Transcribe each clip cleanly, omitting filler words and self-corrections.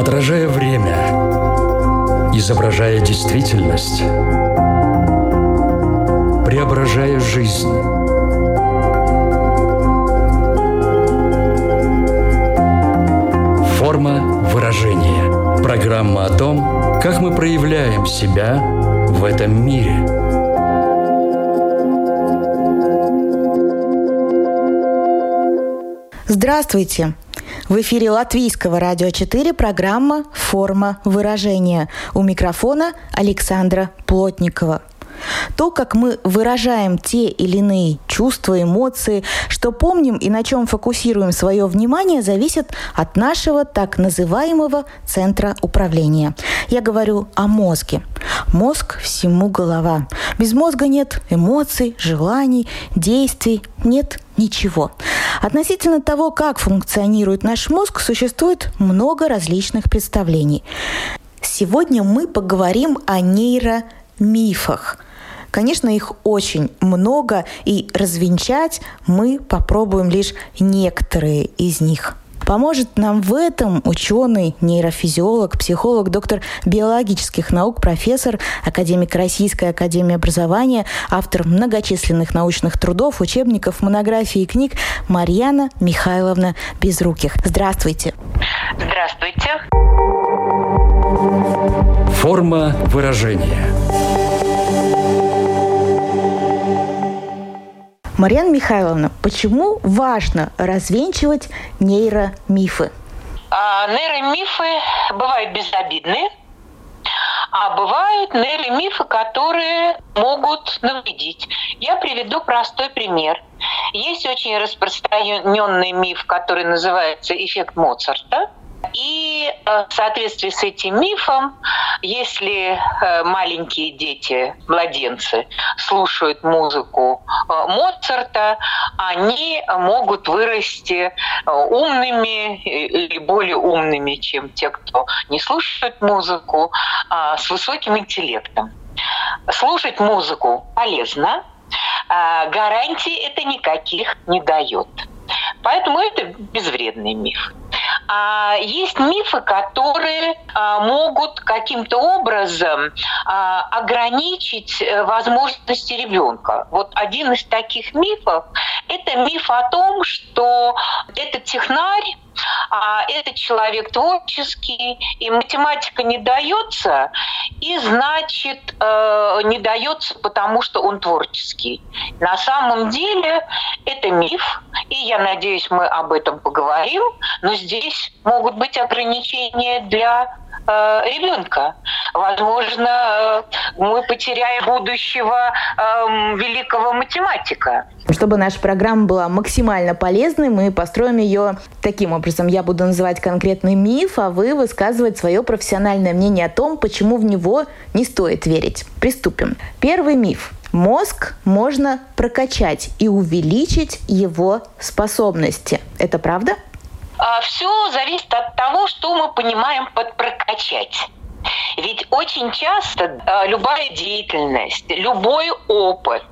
Отражая время, изображая действительность, преображая жизнь. Форма выражения. Программа о том, как мы проявляем себя в этом мире. Здравствуйте! В эфире Латвийского радио 4 программа «Форма выражения». У микрофона Александра Плотникова. То, как мы выражаем те или иные чувства, эмоции, что помним и на чем фокусируем свое внимание, зависит от нашего так называемого центра управления. Я говорю о мозге. Мозг всему голова. Без мозга нет эмоций, желаний, действий, нет ничего. Относительно того, как функционирует наш мозг, существует много различных представлений. Сегодня мы поговорим о нейромифах. Конечно, их очень много, и развенчать мы попробуем лишь некоторые из них. Поможет нам в этом ученый, нейрофизиолог, психолог, доктор биологических наук, профессор, академик Российской академии образования, автор многочисленных научных трудов, учебников, монографий и книг Марьяна Михайловна Безруких. Здравствуйте. Здравствуйте. Форма выражения. Марьяна Михайловна, почему важно развенчивать нейромифы? Нейромифы бывают безобидные, а бывают нейромифы, которые могут навредить. Я приведу простой пример. Есть очень распространенный миф, который называется «эффект Моцарта». И в соответствии с этим мифом, если маленькие дети, младенцы, слушают музыку Моцарта, они могут вырасти умными или более умными, чем те, кто не слушает музыку, с высоким интеллектом. Слушать музыку полезно, гарантий это никаких не дает. Поэтому это безвредный миф. Есть мифы, которые могут каким-то образом ограничить возможности ребенка. Вот один из таких мифов – это миф о том, что этот технарь, этот человек творческий, и математика не дается, и значит не дается, потому что он творческий. На самом деле это миф, и я надеюсь, мы об этом поговорим, но здесь могут быть ограничения для ребенка. Возможно, мы потеряем будущего великого математика. Чтобы наша программа была максимально полезной, мы построим ее таким образом. Я буду называть конкретный миф, а вы высказывать свое профессиональное мнение о том, почему в него не стоит верить. Приступим. Первый миф. Мозг можно прокачать и увеличить его способности. Это правда? Все зависит от того, что мы понимаем под «прокачать». Ведь очень часто любая деятельность, любой опыт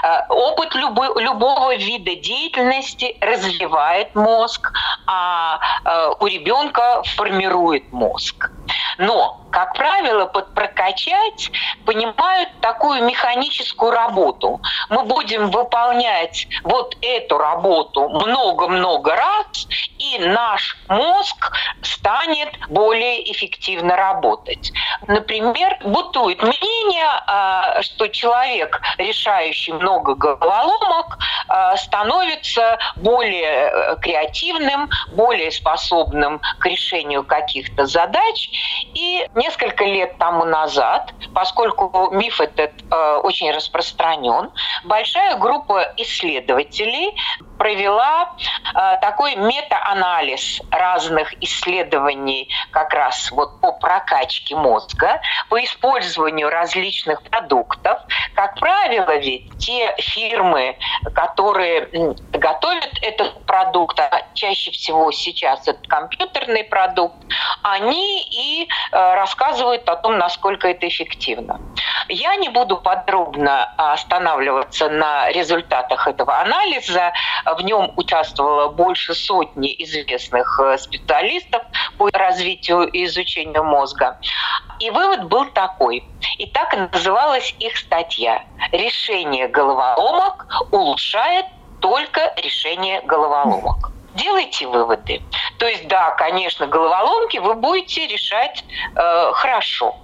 любого вида деятельности развивает мозг, а у ребенка формирует мозг. Но, как правило, под «прокачать» понимают такую механическую работу. Мы будем выполнять вот эту работу много-много раз, и наш мозг станет более эффективно работать. Например, бытует мнение, что человек, решающий много головоломок, становится более креативным, более способным к решению каких-то задач. И несколько лет тому назад, поскольку миф этот очень распространен, большая группа исследователей провела такой мета-анализ разных исследований как раз вот по прокачке мозга, по использованию различных продуктов. Как правило, ведь те фирмы, которые готовят этот продукт, а чаще всего сейчас это компьютерный продукт, они и рассказывают о том, насколько это эффективно. Я не буду подробно останавливаться на результатах этого анализа. В нем участвовало больше сотни известных специалистов по развитию и изучению мозга. И вывод был такой. И так и называлась их статья. Решение головоломок улучшает только решение головоломок. Делайте выводы. То есть, да, конечно, головоломки вы будете решать хорошо.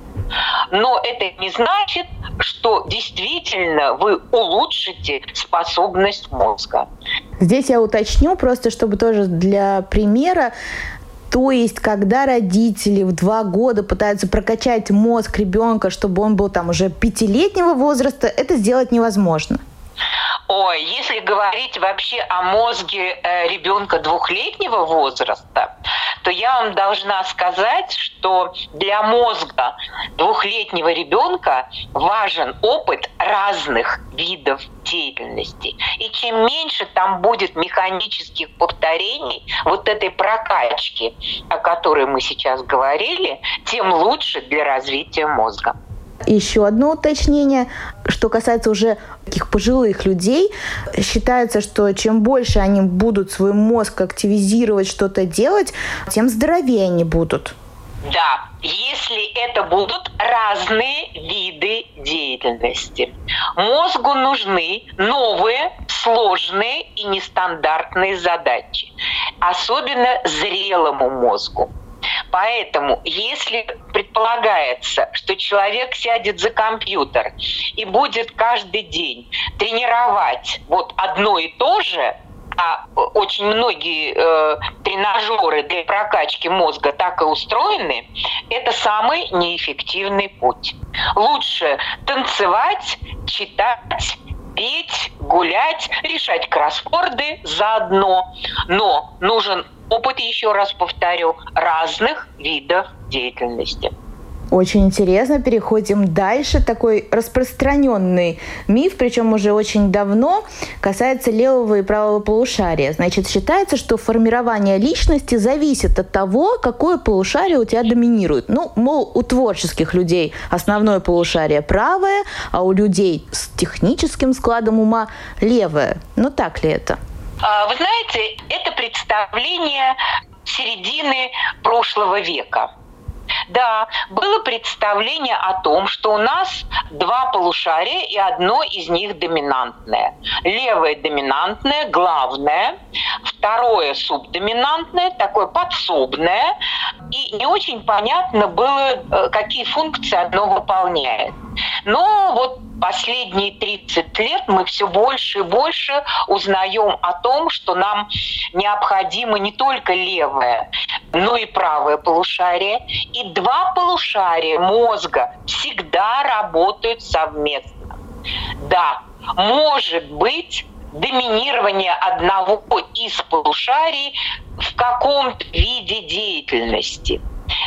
Но это не значит, что действительно вы улучшите способность мозга. Здесь я уточню, просто чтобы тоже для примера. То есть, когда родители в 2 года пытаются прокачать мозг ребенка, чтобы он был там уже 5-летнего возраста, это сделать невозможно. Ой, если говорить вообще о мозге ребенка 2-летнего возраста, то я вам должна сказать, что для мозга 2-летнего ребенка важен опыт разных видов деятельности. И чем меньше там будет механических повторений, вот этой прокачки, о которой мы сейчас говорили, тем лучше для развития мозга. Еще одно уточнение, что касается уже таких пожилых людей. Считается, что чем больше они будут свой мозг активизировать, что-то делать, тем здоровее они будут. Да, если это будут разные виды деятельности. Мозгу нужны новые, сложные и нестандартные задачи, особенно зрелому мозгу. Поэтому, если предполагается, что человек сядет за компьютер и будет каждый день тренировать вот одно и то же, а очень многие тренажеры для прокачки мозга так и устроены, это самый неэффективный путь. Лучше танцевать, читать, петь, гулять, решать кроссворды заодно. Но нужен опыт, еще раз повторю, разных видов деятельности. Очень интересно. Переходим дальше. Такой распространенный миф, причем уже очень давно, касается левого и правого полушария. Значит, считается, что формирование личности зависит от того, какое полушарие у тебя доминирует. Ну, мол, у творческих людей основное полушарие правое, а у людей с техническим складом ума левое. Ну, так ли это? Вы знаете, это представление середины прошлого века. Да, было представление о том, что у нас 2 полушария, и одно из них доминантное. Левое доминантное, главное, второе субдоминантное, такое подсобное. И не очень понятно было, какие функции одно выполняет. Но вот последние 30 лет мы все больше и больше узнаем о том, что нам необходимо не только левое, но и правое полушарие. И 2 полушария мозга всегда работают совместно. Да, может быть доминирование одного из полушарий в каком-то виде деятельности.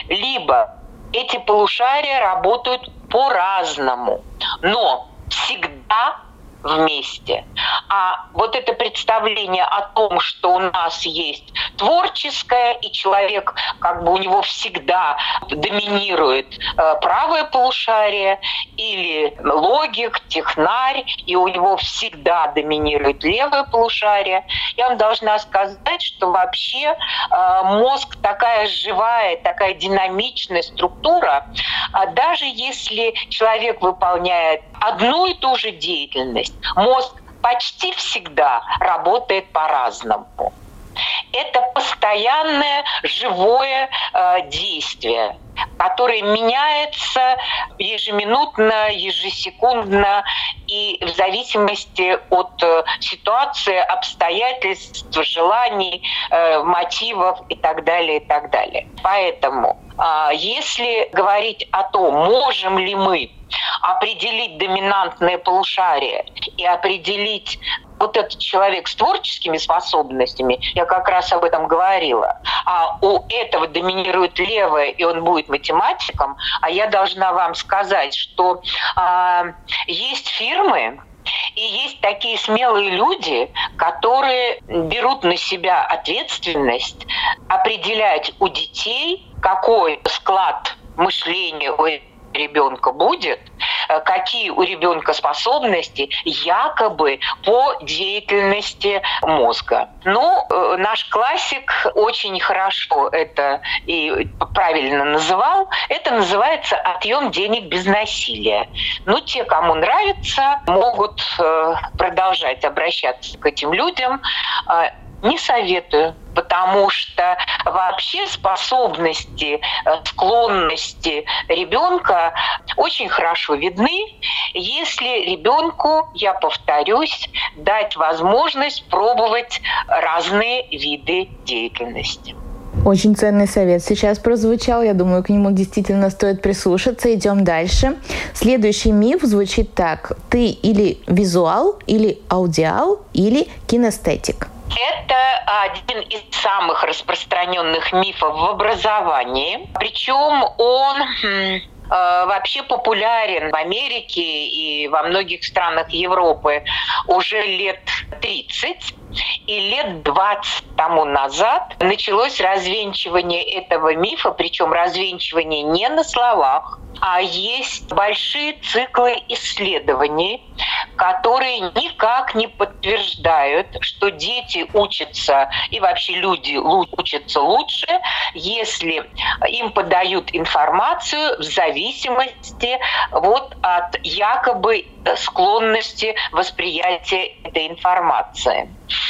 Либо эти полушария работают по-разному, но всегда вместе. А вот это представление о том, что у нас есть творческое, и человек, как бы у него всегда доминирует правое полушарие, или логик, технарь, и у него всегда доминирует левое полушарие. Я вам должна сказать, что вообще мозг такая живая, такая динамичная структура, даже если человек выполняет одну и ту же деятельность, мозг почти всегда работает по-разному. Это постоянное живое действие, которое меняется ежеминутно, ежесекундно и в зависимости от ситуации, обстоятельств, желаний, мотивов и так далее, и так далее. Поэтому, если говорить о том, можем ли мы определить доминантное полушарие и определить вот этот человек с творческими способностями, я как раз об этом говорила, а у этого доминирует левое, и он будет математиком, а я должна вам сказать, что есть фирмы, и есть такие смелые люди, которые берут на себя ответственность определять у детей, какой склад мышления у ребенка будет, какие у ребенка способности якобы по деятельности мозга. Но наш классик очень хорошо это и правильно называл. Это называется «отъем денег без насилия». Ну, те, кому нравится, могут продолжать обращаться к этим людям. Не советую, потому что вообще способности, склонности ребенка очень хорошо видны, если ребенку, я повторюсь, дать возможность пробовать разные виды деятельности. Очень ценный совет сейчас прозвучал. Я думаю, к нему действительно стоит прислушаться. Идем дальше. Следующий миф звучит так. Ты или визуал, или аудиал, или кинестетик. Это один из самых распространенных мифов в образовании. Причем он вообще популярен в Америке и во многих странах Европы уже лет 30. И лет 20 тому назад началось развенчивание этого мифа, причем развенчивание не на словах, а есть большие циклы исследований, которые никак не подтверждают, что дети учатся и вообще люди учатся лучше, если им подают информацию в зависимости от якобы склонности восприятия этой информации.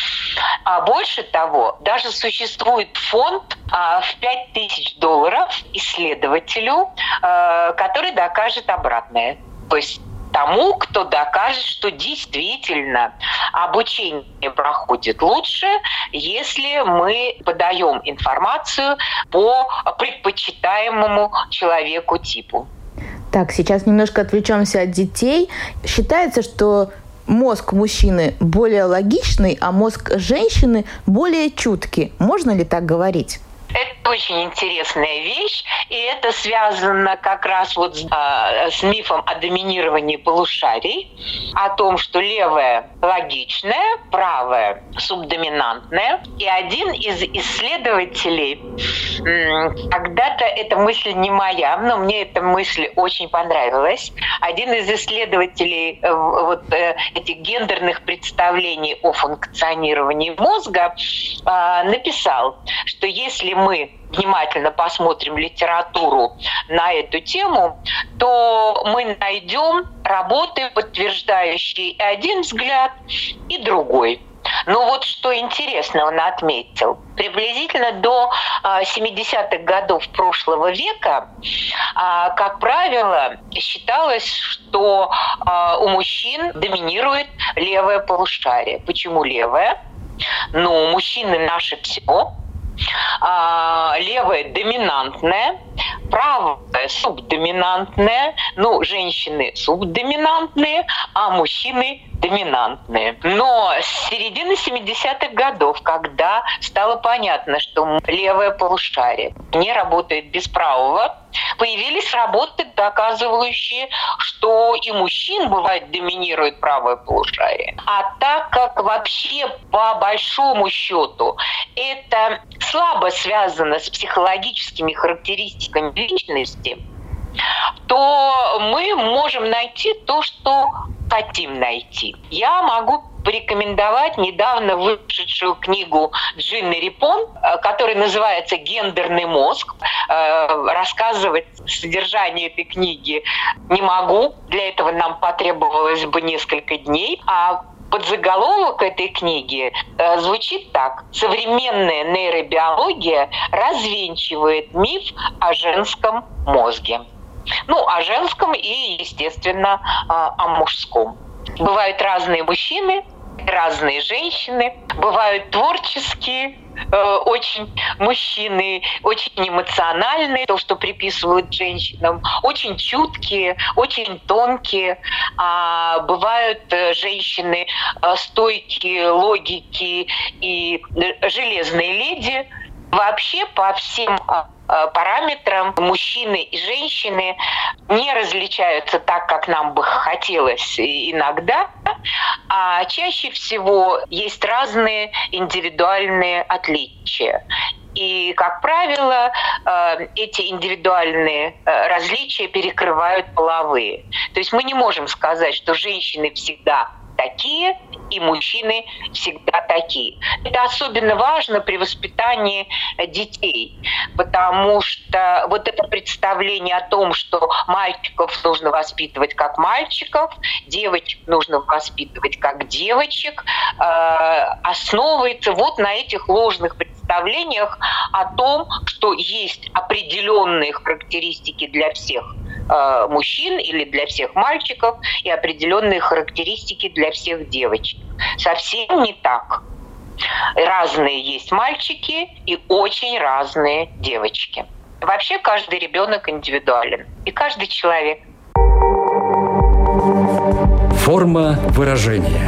А больше того, даже существует фонд в $5000 исследователю, который докажет обратное. То есть тому, кто докажет, что действительно обучение проходит лучше, если мы подаем информацию по предпочитаемому человеку типу. Так, сейчас немножко отвлечемся от детей. Считается, что мозг мужчины более логичный, а мозг женщины более чуткий. Можно ли так говорить? Это очень интересная вещь, и это связано как раз с мифом о доминировании полушарий, о том, что левое логичное, правое субдоминантное. И один из исследователей, когда-то эта мысль не моя, но мне эта мысль очень понравилась, один из исследователей этих гендерных представлений о функционировании мозга написал, что если мы внимательно посмотрим литературу на эту тему, то мы найдем работы, подтверждающие и один взгляд, и другой. Но вот что интересно, он отметил, приблизительно до 70-х годов прошлого века, как правило, считалось, что у мужчин доминирует левое полушарие. Почему левое? Ну, мужчины наше все. Левое доминантное, правое субдоминантное, женщины субдоминантные, а мужчины доминантные. Но с середины 70-х годов, когда стало понятно, что левое полушарие не работает без правого, появились работы, доказывающие, что и мужчин бывает доминирует правое полушарие. А так как вообще по большому счету это слабо связано с психологическими характеристиками личности, то мы можем найти то, что хотим найти. Я могу порекомендовать недавно вышедшую книгу Джинны Рипон, которая называется «Гендерный мозг». Рассказывать содержание этой книги не могу. Для этого нам потребовалось бы несколько дней. А подзаголовок этой книги звучит так. «Современная нейробиология развенчивает миф о женском мозге». О женском и, естественно, о мужском. Бывают разные мужчины, разные женщины, бывают творческие очень мужчины, очень эмоциональные, то, что приписывают женщинам, очень чуткие, очень тонкие, а бывают женщины стойкие, логики и железные леди. Вообще по всем параметрам мужчины и женщины не различаются так, как нам бы хотелось иногда, а чаще всего есть разные индивидуальные отличия. И, как правило, эти индивидуальные различия перекрывают половые. То есть мы не можем сказать, что женщины всегда такие, и мужчины всегда такие. Это особенно важно при воспитании детей, потому что вот это представление о том, что мальчиков нужно воспитывать как мальчиков, девочек нужно воспитывать как девочек, основывается вот на этих ложных представлениях о том, что есть определенные характеристики для всех мужчин или для всех мальчиков и определенные характеристики для всех девочек. Совсем не так. Разные есть мальчики и очень разные девочки. Вообще каждый ребенок индивидуален. И каждый человек. Форма выражения.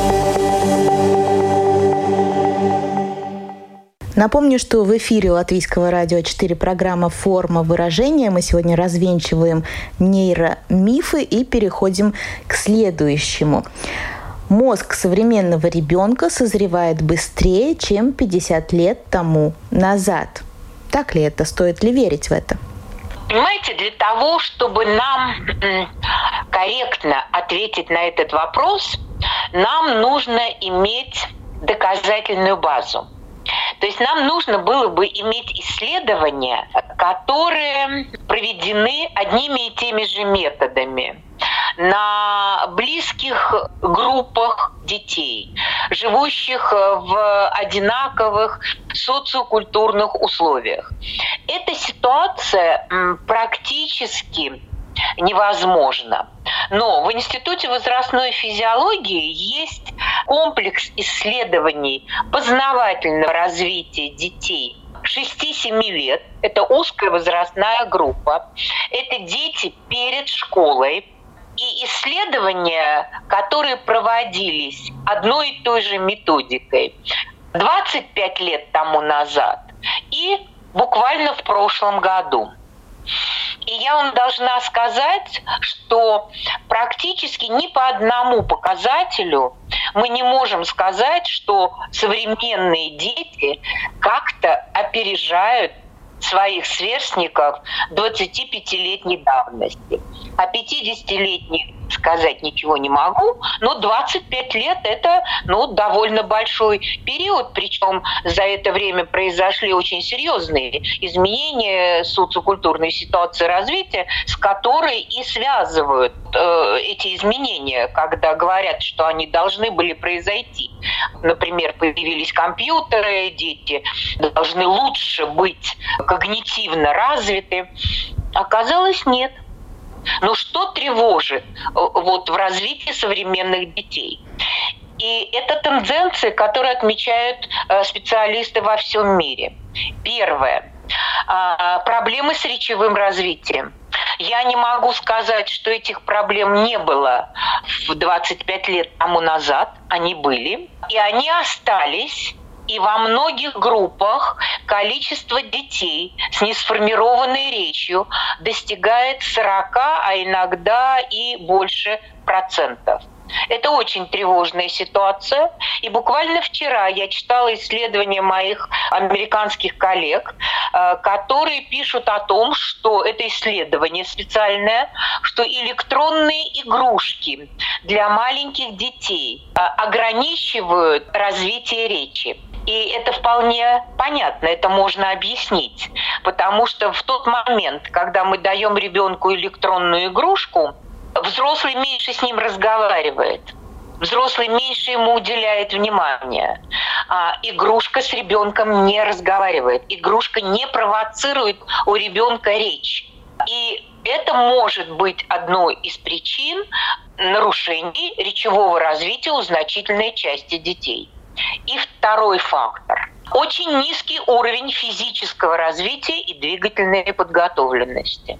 Напомню, что в эфире Латвийского радио 4 программа «Форма выражения». Мы сегодня развенчиваем нейромифы и переходим к следующему. Мозг современного ребенка созревает быстрее, чем 50 лет тому назад. Так ли это? Стоит ли верить в это? Понимаете, для того, чтобы нам корректно ответить на этот вопрос, нам нужно иметь доказательную базу. То есть нам нужно было бы иметь исследования, которые проведены одними и теми же методами на близких группах детей, живущих в одинаковых социокультурных условиях. Эта ситуация практически невозможно. Но в Институте возрастной физиологии есть комплекс исследований познавательного развития детей 6-7 лет. Это узкая возрастная группа. Это дети перед школой. И исследования, которые проводились одной и той же методикой 25 лет тому назад и буквально в прошлом году. И я вам должна сказать, что практически ни по одному показателю мы не можем сказать, что современные дети как-то опережают своих сверстников 25-летней давности. О 50-летних сказать ничего не могу, но 25 лет – это довольно большой период, причем за это время произошли очень серьезные изменения социокультурной ситуации развития, с которой и связывают эти изменения, когда говорят, что они должны были произойти. Например, появились компьютеры, дети должны лучше быть когнитивно развиты. Оказалось, нет. Но что тревожит в развитии современных детей? И это тенденции, которые отмечают специалисты во всем мире. Первое. Проблемы с речевым развитием. Я не могу сказать, что этих проблем не было в 25 лет тому назад. Они были. И они остались. И во многих группах количество детей с несформированной речью достигает 40, а иногда и больше процентов. Это очень тревожная ситуация. И буквально вчера я читала исследования моих американских коллег, которые пишут о том, что это исследование специальное, что электронные игрушки для маленьких детей ограничивают развитие речи. И это вполне понятно, это можно объяснить. Потому что в тот момент, когда мы даем ребенку электронную игрушку, взрослый меньше с ним разговаривает. Взрослый меньше ему уделяет внимания. Игрушка с ребенком не разговаривает. Игрушка не провоцирует у ребенка речь. И это может быть одной из причин нарушений речевого развития у значительной части детей. И второй фактор. Очень низкий уровень физического развития и двигательной подготовленности.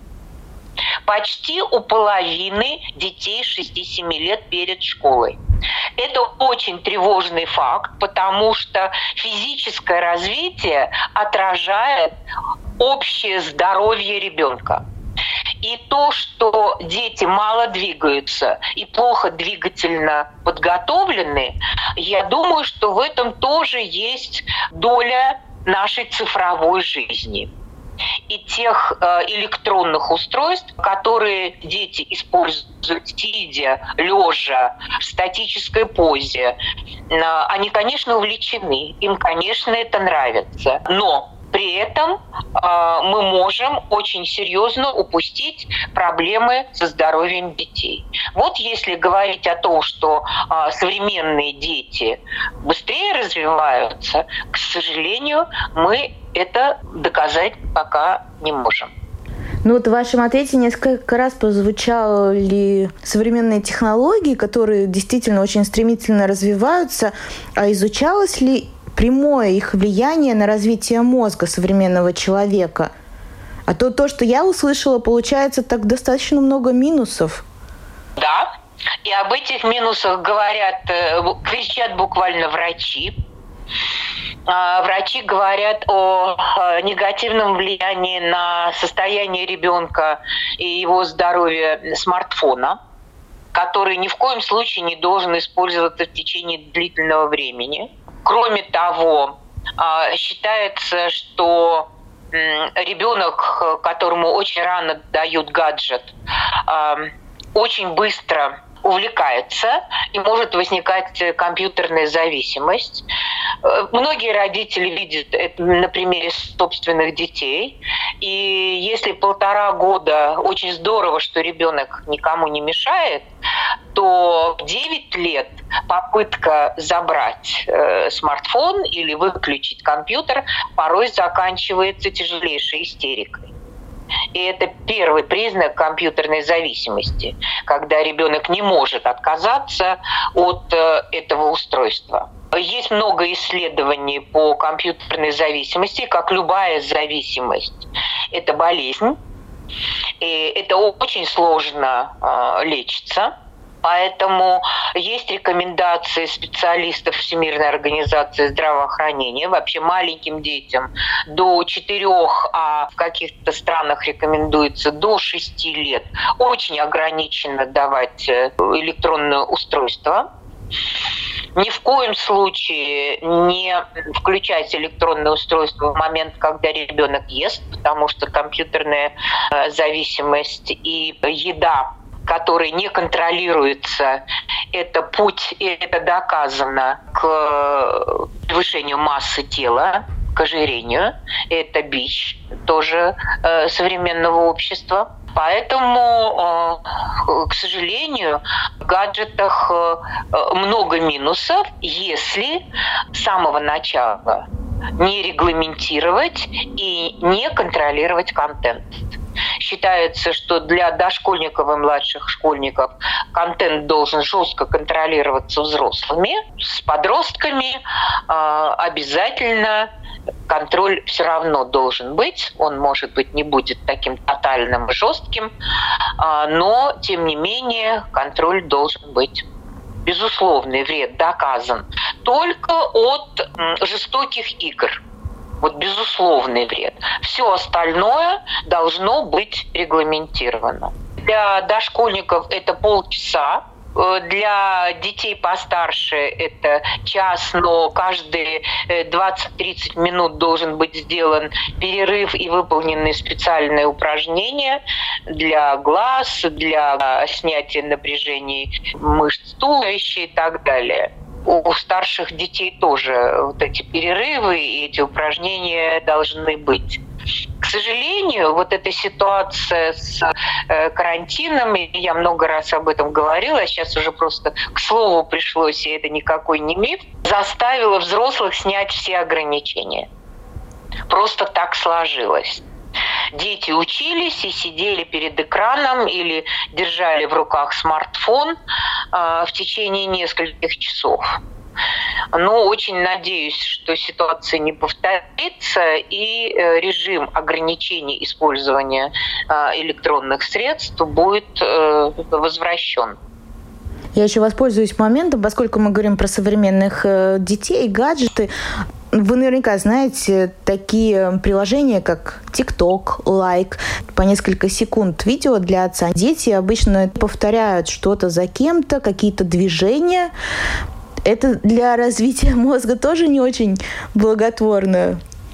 Почти у половины детей 6-7 лет перед школой. Это очень тревожный факт, потому что физическое развитие отражает общее здоровье ребенка. И то, что дети мало двигаются и плохо двигательно подготовлены, я думаю, что в этом тоже есть доля нашей цифровой жизни и тех электронных устройств, которые дети используют сидя, лежа, в статической позе. Они, конечно, увлечены, им, конечно, это нравится, но при этом мы можем очень серьезно упустить проблемы со здоровьем детей. Вот если говорить о том, что современные дети быстрее развиваются, к сожалению, мы это доказать пока не можем. Ну вот в вашем ответе несколько раз прозвучали современные технологии, которые действительно очень стремительно развиваются. А изучалось ли прямое их влияние на развитие мозга современного человека? А то, что я услышала, получается, так достаточно много минусов. Да, и об этих минусах кричат буквально врачи. Врачи говорят о негативном влиянии на состояние ребенка и его здоровье смартфона, который ни в коем случае не должен использоваться в течение длительного времени. Кроме того, считается, что ребенок, которому очень рано дают гаджет, очень быстро увлекается и может возникать компьютерная зависимость. Многие родители видят это на примере собственных детей. И если 1,5 года очень здорово, что ребенок никому не мешает, то в 9 лет попытка забрать смартфон или выключить компьютер порой заканчивается тяжелейшей истерикой. И это первый признак компьютерной зависимости, когда ребенок не может отказаться от этого устройства. Есть много исследований по компьютерной зависимости, как любая зависимость. Это болезнь, и это очень сложно лечится. Поэтому есть рекомендации специалистов Всемирной организации здравоохранения вообще маленьким детям до 4, а в каких-то странах рекомендуется до 6 лет очень ограниченно давать электронное устройство. Ни в коем случае не включать электронное устройство в момент, когда ребенок ест, потому что компьютерная зависимость и еда, который не контролируется, это путь, и это доказано, к превышению массы тела, к ожирению. Это бич тоже современного общества. Поэтому, к сожалению, в гаджетах много минусов, если с самого начала не регламентировать и не контролировать контент. Считается, что для дошкольников и младших школьников контент должен жестко контролироваться взрослыми. С подростками обязательно контроль все равно должен быть. Он, может быть, не будет таким тотальным и жестким, но, тем не менее, контроль должен быть. Безусловный вред доказан только от жестоких игр. Вот безусловный вред. Все остальное должно быть регламентировано. Для дошкольников это полчаса. Для детей постарше это час, но каждые 20-30 минут должен быть сделан перерыв и выполнены специальные упражнения для глаз, для снятия напряжения мышц туловища и так далее. У старших детей тоже вот эти перерывы и эти упражнения должны быть. К сожалению, вот эта ситуация с карантином, и я много раз об этом говорила, сейчас уже просто к слову пришлось, и это никакой не миф, заставила взрослых снять все ограничения. Просто так сложилось. Дети учились и сидели перед экраном или держали в руках смартфон в течение нескольких часов. Но очень надеюсь, что ситуация не повторится и режим ограничений использования электронных средств будет возвращен. Я еще воспользуюсь моментом, поскольку мы говорим про современных детей, гаджеты. Вы наверняка знаете такие приложения, как TikTok, Like, по несколько секунд видео для отца. Дети обычно повторяют что-то за кем-то, какие-то движения. Это для развития мозга тоже не очень благотворно.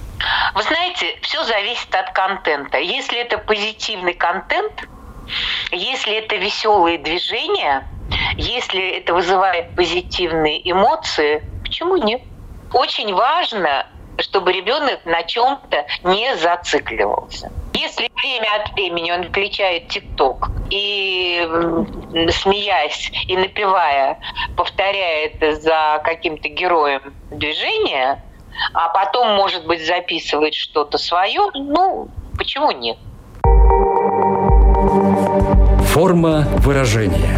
Вы знаете, все зависит от контента. Если это позитивный контент, если это веселые движения, если это вызывает позитивные эмоции, почему нет? Очень важно, чтобы ребенок на чем-то не зацикливался. Если время от времени он включает ТикТок и, смеясь и напевая, повторяет за каким-то героем движения, а потом, может быть, записывает что-то свое, почему нет? Форма выражения.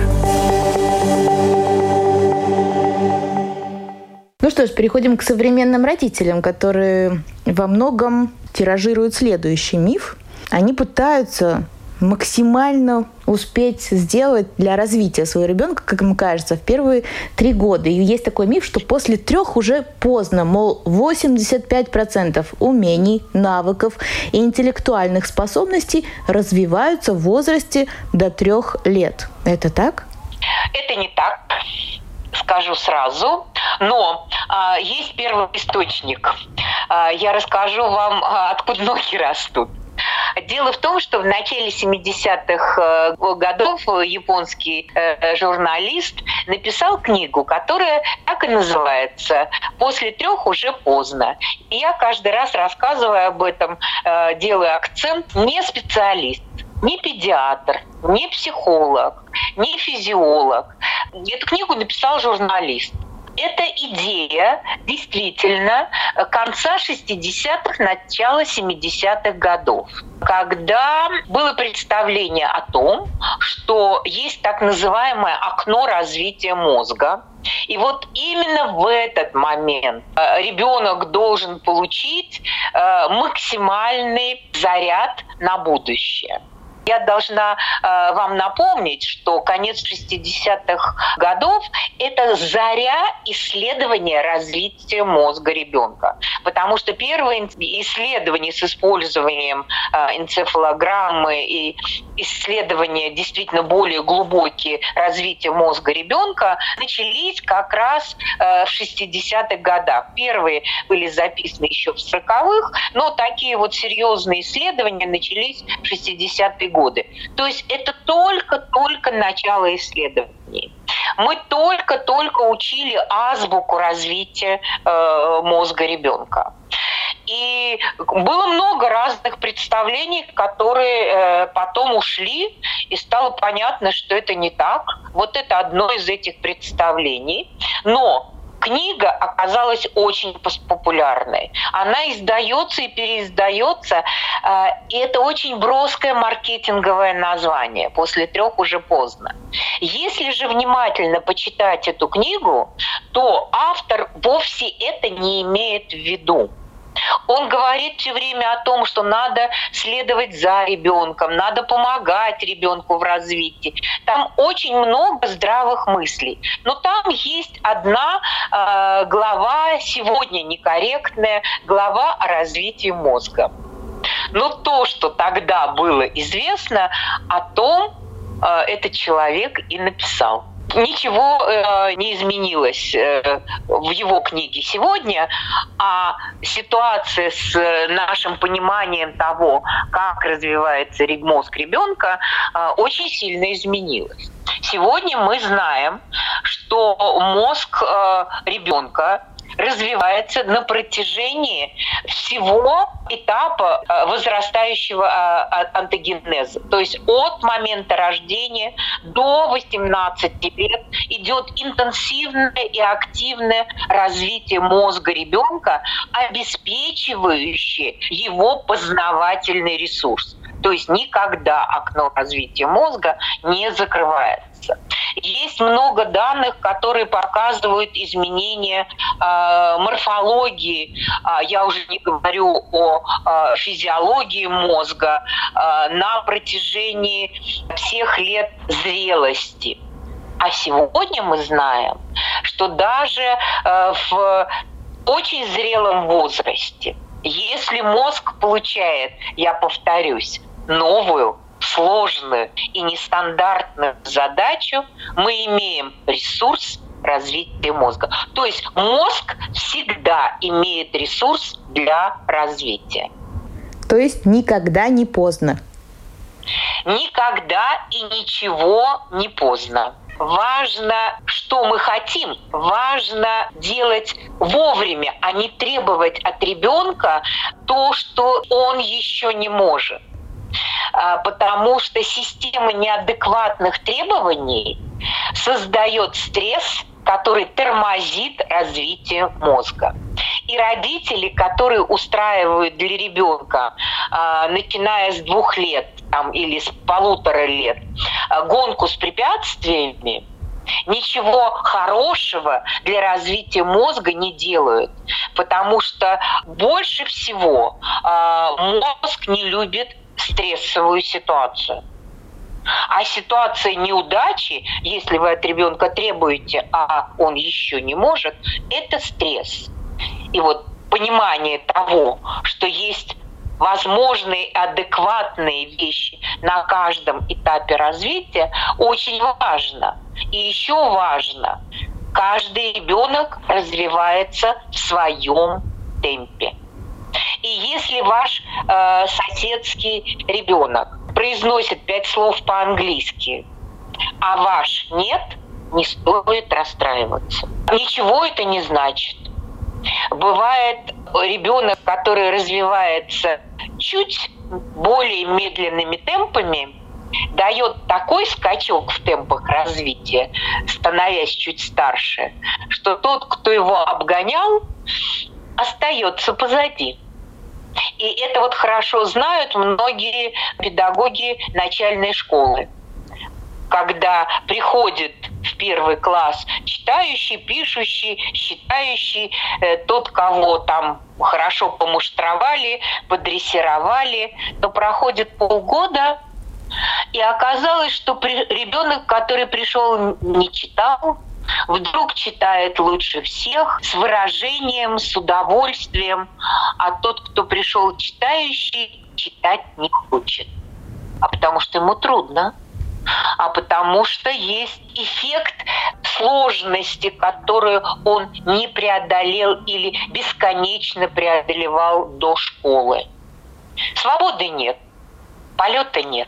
Ну что ж, переходим к современным родителям, которые во многом тиражируют следующий миф. Они пытаются максимально успеть сделать для развития своего ребенка, как им кажется, в первые 3 года. И есть такой миф, что после 3 уже поздно, мол, 85% умений, навыков и интеллектуальных способностей развиваются в возрасте до 3 лет. Это так? Это не так. Скажу сразу, но есть первый источник. Я расскажу вам, откуда ноги растут. Дело в том, что в начале 70-х годов японский журналист написал книгу, которая так и называется «После 3 уже поздно». И я каждый раз, рассказывая об этом, делаю акцент: не специалист, не педиатр, не психолог, не физиолог. Эту книгу написал журналист. Это идея действительно конца 60-х, начала 70-х годов, когда было представление о том, что есть так называемое окно развития мозга. И вот именно в этот момент ребенок должен получить максимальный заряд на будущее. Я должна вам напомнить, что конец 60-х годов – это заря исследования развития мозга ребенка. Потому что первые исследования с использованием энцефалограммы и исследования действительно более глубокие развития мозга ребенка начались как раз в 60-х годах. Первые были записаны еще в 40-х, но такие вот серьезные исследования начались в 60-е годы. То есть это только начало исследований. Мы только учили азбуку развития мозга ребенка. И было много разных представлений, которые потом ушли, и стало понятно, что это не так. Вот это одно из этих представлений. Но книга оказалась очень популярной. Она издается и переиздается, и это очень броское маркетинговое название. «После 3 уже поздно». Если же внимательно почитать эту книгу, то автор вовсе это не имеет в виду. Он говорит все время о том, что надо следовать за ребенком, надо помогать ребенку в развитии. Там очень много здравых мыслей. Но там есть одна глава, сегодня некорректная, глава о развитии мозга. Но то, что тогда было известно, о том этот человек и написал. Ничего не изменилось в его книге сегодня, а ситуация с нашим пониманием того, как развивается мозг ребенка, очень сильно изменилась. Сегодня мы знаем, что мозг ребенка развивается на протяжении всего этапа возрастающего онтогенеза. То есть от момента рождения до 18 лет идет интенсивное и активное развитие мозга ребенка, обеспечивающее его познавательный ресурс. То есть никогда окно развития мозга не закрывается. Есть много данных, которые показывают изменения морфологии, я уже не говорю о физиологии мозга, на протяжении всех лет зрелости. А сегодня мы знаем, что даже в очень зрелом возрасте, если мозг получает, я повторюсь, новую, сложную и нестандартную задачу, мы имеем ресурс развития мозга. То есть мозг всегда имеет ресурс для развития. То есть никогда не поздно. Никогда и ничего не поздно. Важно, что мы хотим. Важно делать вовремя, а не требовать от ребенка то, что он еще не может. Потому что система неадекватных требований создает стресс, который тормозит развитие мозга. И родители, которые устраивают для ребенка, начиная с 2 лет или с 1,5 лет, гонку с препятствиями, ничего хорошего для развития мозга не делают. Потому что больше всего мозг не любит стрессовую ситуацию. А ситуация неудачи, если вы от ребенка требуете, а он еще не может, это стресс. И вот понимание того, что есть возможные адекватные вещи на каждом этапе развития, очень важно. И еще важно, каждый ребенок развивается в своем темпе. И если ваш соседский ребенок произносит 5 слов по-английски, а ваш нет, не стоит расстраиваться. Ничего это не значит. Бывает ребенок, который развивается чуть более медленными темпами, дает такой скачок в темпах развития, становясь чуть старше, что тот, кто его обгонял, остается позади. И это вот хорошо знают многие педагоги начальной школы. Когда приходит в 1 класс читающий, пишущий, считающий, тот, кого там хорошо помуштровали, подрессировали, то проходит полгода, и оказалось, что ребенок, который пришел, не читал, вдруг читает лучше всех, с выражением, с удовольствием, а тот, кто пришел читающий, читать не хочет. А потому что ему трудно, а потому что есть эффект сложности, которую он не преодолел или бесконечно преодолевал до школы. Свободы нет, полета нет.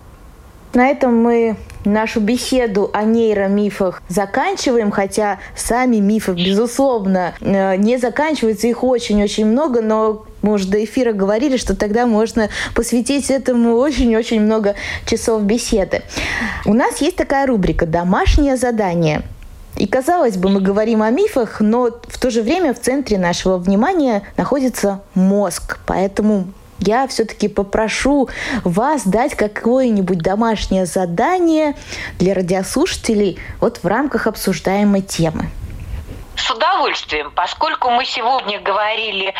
На этом мы нашу беседу о нейромифах заканчиваем, хотя сами мифы, безусловно, не заканчиваются, их очень-очень много, но мы уже до эфира говорили, что тогда можно посвятить этому очень-очень много часов беседы. У нас есть такая рубрика «Домашнее задание». И, казалось бы, мы говорим о мифах, но в то же время в центре нашего внимания находится мозг, поэтому я все-таки попрошу вас дать какое-нибудь домашнее задание для радиослушателей вот в рамках обсуждаемой темы. С удовольствием, поскольку мы сегодня говорили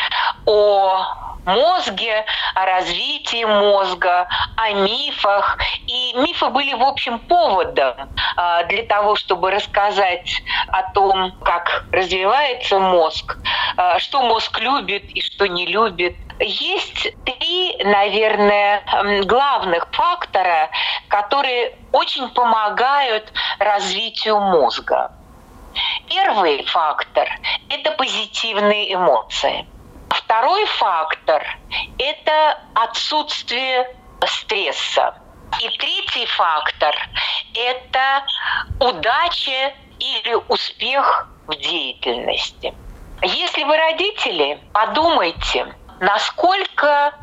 о мозге, о развитии мозга, о мифах. И мифы были, в общем, поводом для того, чтобы рассказать о том, как развивается мозг, что мозг любит и что не любит. Есть 3, наверное, главных фактора, которые очень помогают развитию мозга. Первый фактор – это позитивные эмоции. Второй фактор – это отсутствие стресса. И третий фактор – это удача или успех в деятельности. Если вы родители, подумайте, насколько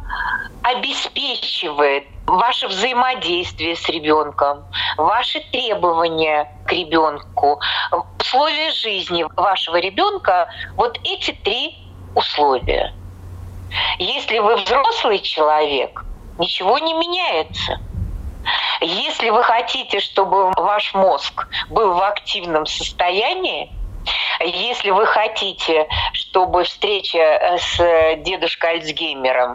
обеспечивает ваше взаимодействие с ребенком, ваши требования к ребенку, условия жизни вашего ребенка, вот эти 3 условия. Если вы взрослый человек, ничего не меняется. Если вы хотите, чтобы ваш мозг был в активном состоянии, если вы хотите, чтобы встреча с дедушкой Альцгеймером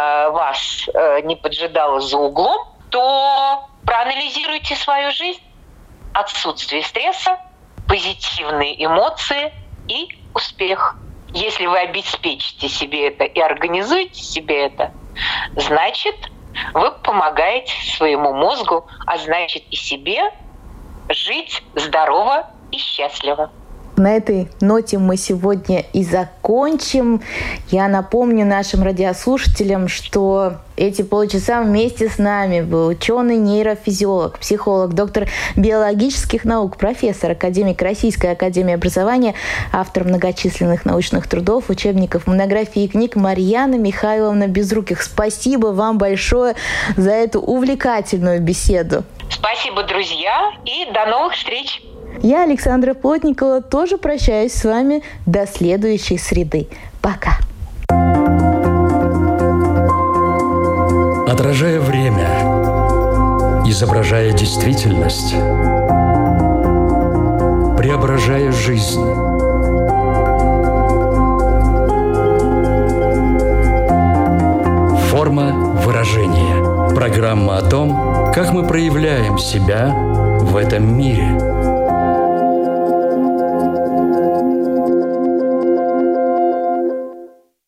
вас не поджидала за углом, то проанализируйте свою жизнь. Отсутствие стресса, позитивные эмоции и успех. Если вы обеспечите себе это и организуете себе это, значит, вы помогаете своему мозгу, а значит и себе жить здорово и счастливо. На этой ноте мы сегодня и закончим. Я напомню нашим радиослушателям, что эти полчаса вместе с нами был ученый-нейрофизиолог, психолог, доктор биологических наук, профессор, академик Российской академии образования, автор многочисленных научных трудов, учебников, монографий и книг Марьяна Михайловна Безруких. Спасибо вам большое за эту увлекательную беседу. Спасибо, друзья, и до новых встреч! Я, Александра Плотникова, тоже прощаюсь с вами до следующей среды. Пока. Отражая время, изображая действительность, преображая жизнь. Форма выражения. Программа о том, как мы проявляем себя в этом мире.